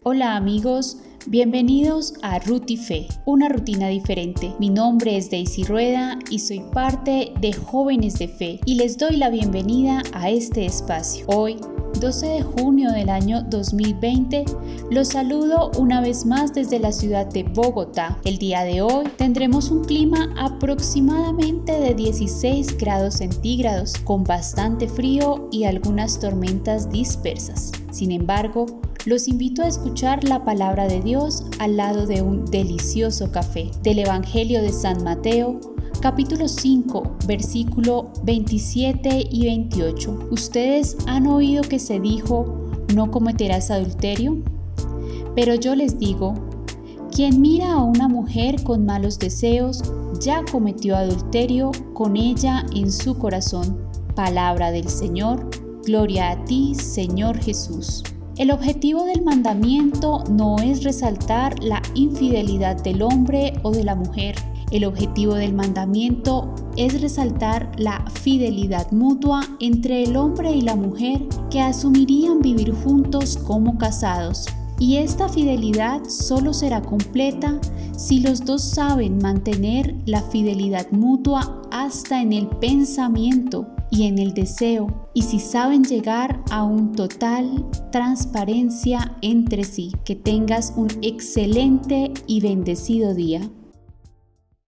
Hola amigos, bienvenidos a Ruti Fe, una rutina diferente. Mi nombre es Daisy Rueda y soy parte de Jóvenes de Fe y les doy la bienvenida a este espacio. Hoy, 12 de junio del año 2020, los saludo una vez más desde la ciudad de Bogotá. El día de hoy tendremos un clima aproximadamente de 16 grados centígrados, con bastante frío y algunas tormentas dispersas. Sin embargo, los invito a escuchar la palabra de Dios al lado de un delicioso café. Del Evangelio de San Mateo, capítulo 5, versículo 27 y 28. ¿Ustedes han oído que se dijo, no cometerás adulterio? Pero yo les digo, quien mira a una mujer con malos deseos, ya cometió adulterio con ella en su corazón. Palabra del Señor, gloria a ti, Señor Jesús. El objetivo del mandamiento no es resaltar la infidelidad del hombre o de la mujer. El objetivo del mandamiento es resaltar la fidelidad mutua entre el hombre y la mujer que asumirían vivir juntos como casados. Y esta fidelidad solo será completa si los dos saben mantener la fidelidad mutua hasta en el pensamiento y en el deseo, y si saben llegar a un total transparencia entre sí. Que tengas un excelente y bendecido día.